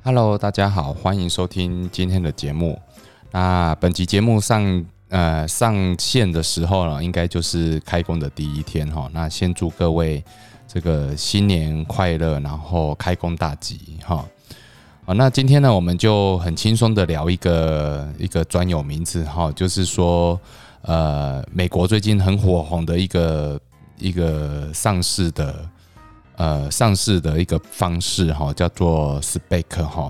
Hello， 大家好，欢迎收听今天的节目。那本集节目上线的时候呢，应该就是开工的第一天哈。那先祝各位这个新年快乐，然后开工大吉哈。那今天呢，我们就很轻松的聊一个专有名词哈，就是说美国最近很火红的一个上市的一个方式哈，叫做 SPAC 哈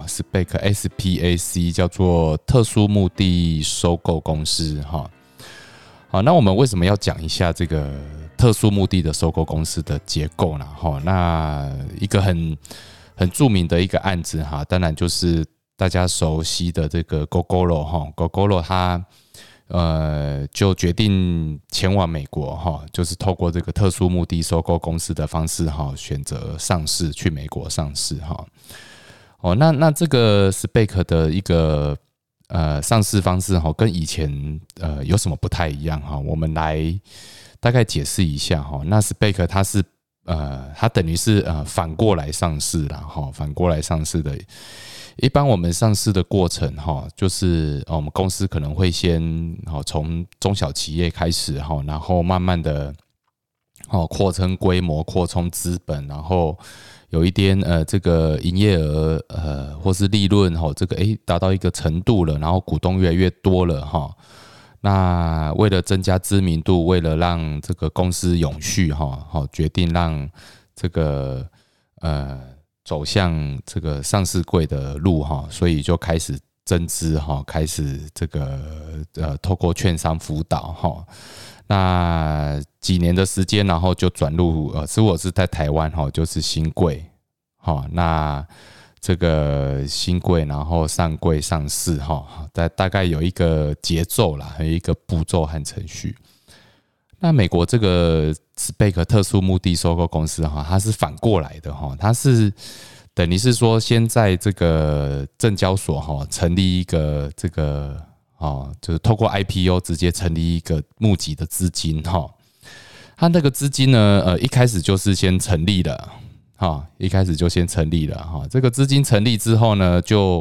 ，SPAC 叫做特殊目的收购公司哈。好，那我们为什么要讲一下这个特殊目的的收购公司的结构呢？哈，那一个很著名的一个案子哈，当然就是大家熟悉的这个 Gogoro 哈 ，Gogoro 它就决定前往美国哈，就是透过这个特殊目的收购公司的方式哈，选择上市去美国上市哈。那这个 SPAC 的一个上市方式哈，跟以前有什么不太一样哈？我们来大概解释一下哈。那 SPAC 它等于是反过来上市啦哈，反过来上市的。一般我们上市的过程哈，就是我们公司可能会先从中小企业开始哈，然后慢慢的扩充规模、扩充资本，然后有一点这个营业额或是利润这个达到一个程度了，然后股东越来越多了哈。那为了增加知名度，为了让这个公司永续哈，决定让这个走向这个上市柜的路哈，所以就开始增资哈，开始这个透过券商辅导哈，那几年的时间，然后就转入我是在台湾哈，就是新柜哈，那这个新柜然后上柜上市哈，大概有一个节奏啦，有一个步骤和程序。那美国这个 SPAC 特殊目的收购公司哈，它是反过来的哈，它是等于是说先在这个证交所哈成立一个这个就是透过 IPO 直接成立一个募集的资金哈。它那个资金呢一开始就是先成立了哈，一开始就先成立了哈。这个资金成立之后呢，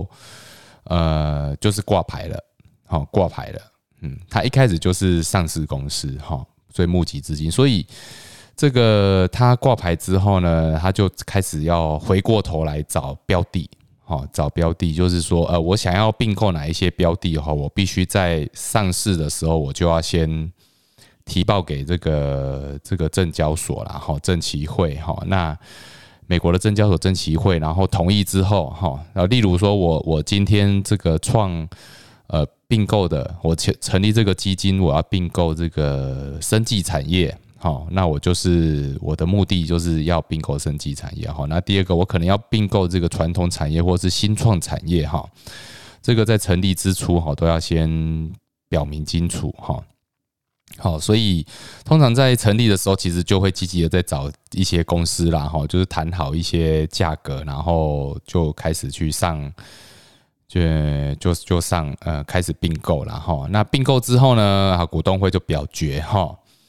就是挂牌了，挂牌了。它一开始就是上市公司哈。所以募集资金，所以这个他挂牌之后呢，他就开始要回过头来找标的，找标的就是说，我想要并购哪一些标的哈，我必须在上市的时候，我就要先提报给这个证交所啦，证期会哈。那美国的证交所证期会，然后同意之后哈，例如说我今天这个并购的，我成立这个基金，我要并购这个生技产业，那我的目的就是要并购生技产业，那第二个我可能要并购这个传统产业或是新创产业，这个在成立之初都要先表明清楚，所以通常在成立的时候，其实就会积极的在找一些公司啦，就是谈好一些价格，然后就开始去上。就上开始并购了哈，那并购之后呢，股东会就表决哈，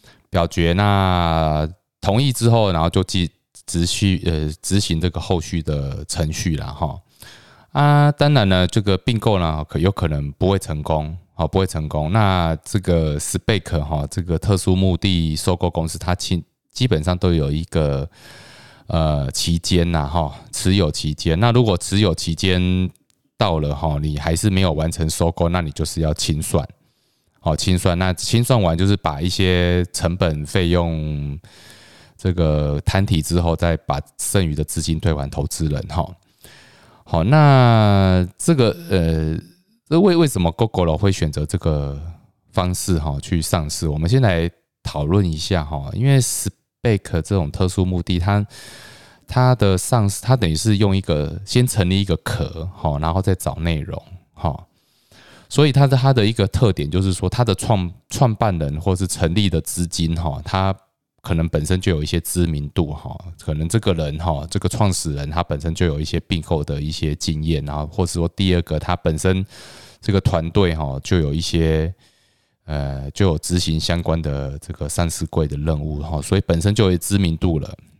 那同意之后，然后就执行这个后续的程序了哈。当然呢，这个并购呢有可能不会成功，不会成功。那这个 SPAC 哈，这个特殊目的收购公司，它基本上都有一个期间呐哈，持有期间。那如果持有期间到了哈，你还是没有完成收购，那你就是要清算，清算。那清算完就是把一些成本费用这个摊提之后，再把剩余的资金退还投资人哈。好，那这个为什么 Gogoro 会选择这个方式哈去上市？我们先来讨论一下哈，因为 SPAC 这种特殊目的，它的上市，它等于是用先成立一个壳，然后再找内容，所以它的一个特点就是说，它的创办人或是成立的资金，它可能本身就有一些知名度，可能这个人这个创始人他本身就有一些并购的一些经验，然后或者说第二个他本身这个团队就有一些就有执行相关的这个上市柜的任务，所以本身就有知名度了。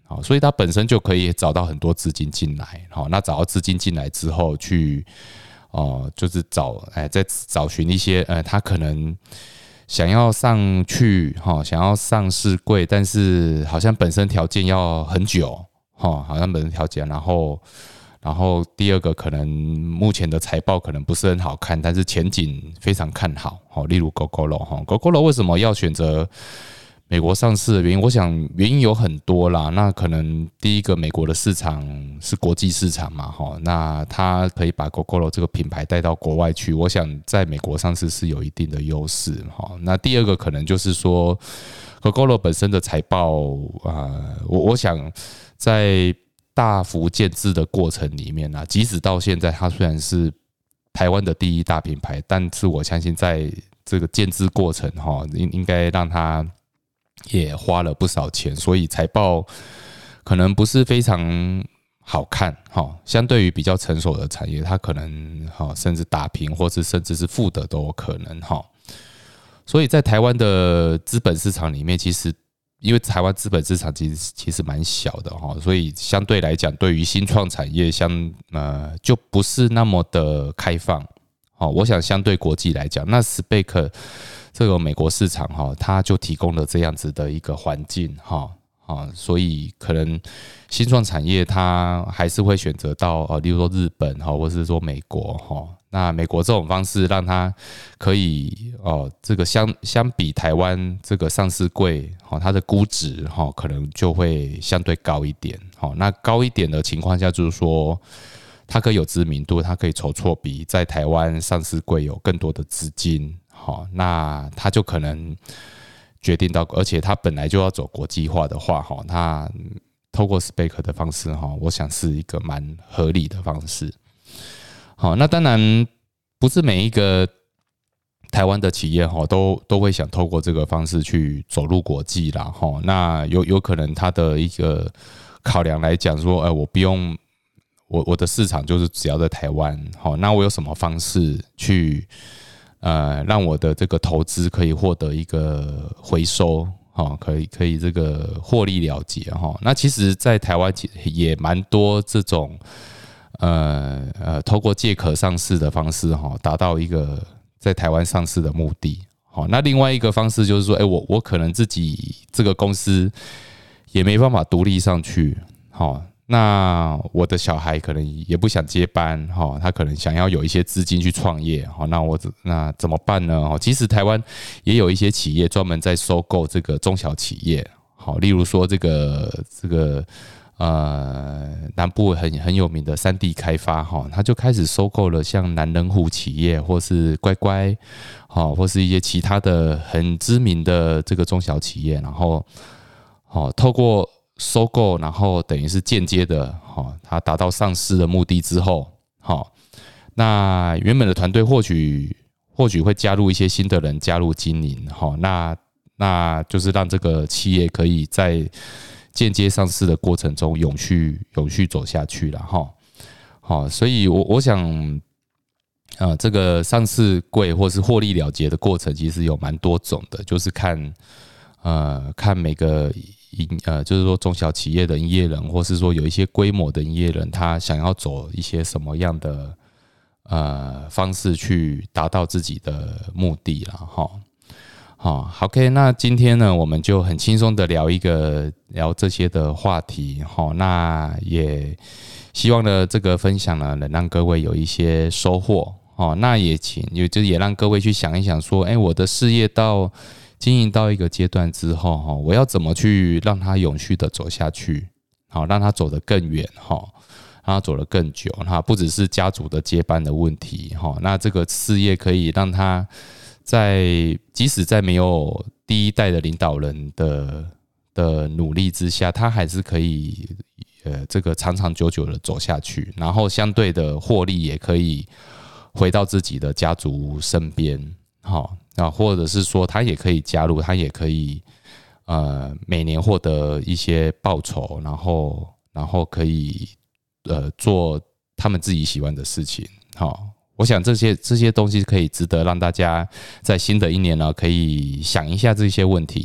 好，所以它本身就可以找到很多资金进来。好，那找到资金进来之后去就是再找寻一些他可能想要上去想要上市柜，但是好像本身条件要很久好像本身条件，然后第二个可能目前的财报可能不是很好看，但是前景非常看好。例如 Gogoro 为什么要选择美国上市的原因，我想原因有很多啦。那可能第一个，美国的市场是国际市场嘛，那它可以把 Gogoro 这个品牌带到国外去，我想在美国上市是有一定的优势。那第二个可能就是说 Gogoro 本身的财报我想在大幅建制的过程里面即使到现在它虽然是台湾的第一大品牌，但是我相信在这个建制过程应该让它也花了不少钱，所以财报可能不是非常好看。相对于比较成熟的产业，它可能甚至打平，或是甚至是负的都有可能。所以在台湾的资本市场里面，其实因为台湾资本市场其实蛮小的，所以相对来讲，对于新创产业就不是那么的开放。我想相对国际来讲，那 SPAC 这个美国市场它就提供了这样子的一个环境，所以可能新创产业它还是会选择到例如说日本或是说美国。那美国这种方式让它可以这个相比台湾这个上市柜它的估值可能就会相对高一点。那高一点的情况下，就是说它可以有知名度，它可以筹措比在台湾上市柜有更多的资金。那它就可能决定到，而且它本来就要走国际化的话，它透过 SPAC 的方式，我想是一个蛮合理的方式。那当然不是每一个台湾的企业都会想透过这个方式去走入国际啦。那有可能它的一个考量来讲说，我不用我的市场就是只要在台湾，那我有什么方式去让我的这个投资可以获得一个回收，可以这个获利了结。那其实在台湾也蛮多这种透过借壳上市的方式达到一个在台湾上市的目的。那另外一个方式就是说，我可能自己这个公司也没办法独立上去，那我的小孩可能也不想接班，他可能想要有一些资金去创业，那怎么办呢？其实台湾也有一些企业专门在收购这个中小企业，例如说这个南部很有名的3D 开发，他就开始收购了像南人虎企业，或是乖乖，或是一些其他的很知名的这个中小企业，然后透过收购，然后等于是间接的，它达到上市的目的之后，那原本的团队或许会加入一些新的人加入经营，那就是让这个企业可以在间接上市的过程中永续走下去了。所以我想这个上市柜或是获利了结的过程其实有蛮多种的，就是看每个就是说中小企业的营业人，或是说有一些规模的营业人，他想要走一些什么样的方式去达到自己的目的啦。好 ，OK， 那今天呢，我们就很轻松的聊这些的话题。那也希望呢，这个分享呢，能让各位有一些收获。那也也让各位去想一想说，我的事业经营到一个阶段之后，我要怎么去让它永续的走下去，让它走得更远，让它走得更久，不只是家族的接班的问题，那这个事业可以让它即使在没有第一代的领导人的努力之下，它还是可以这个长长久久的走下去，然后相对的获利也可以回到自己的家族身边，或者是说他也可以加入，他也可以每年获得一些报酬，然后可以做他们自己喜欢的事情。我想这些东西可以值得让大家在新的一年呢，可以想一下这些问题。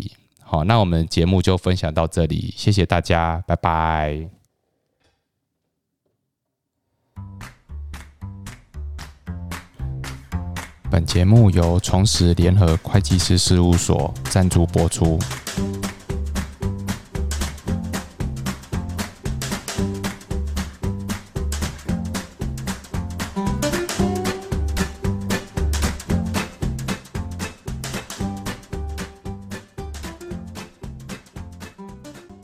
好，那我们节目就分享到这里，谢谢大家，拜拜。本节目由重实联合会计师事务所赞助播出。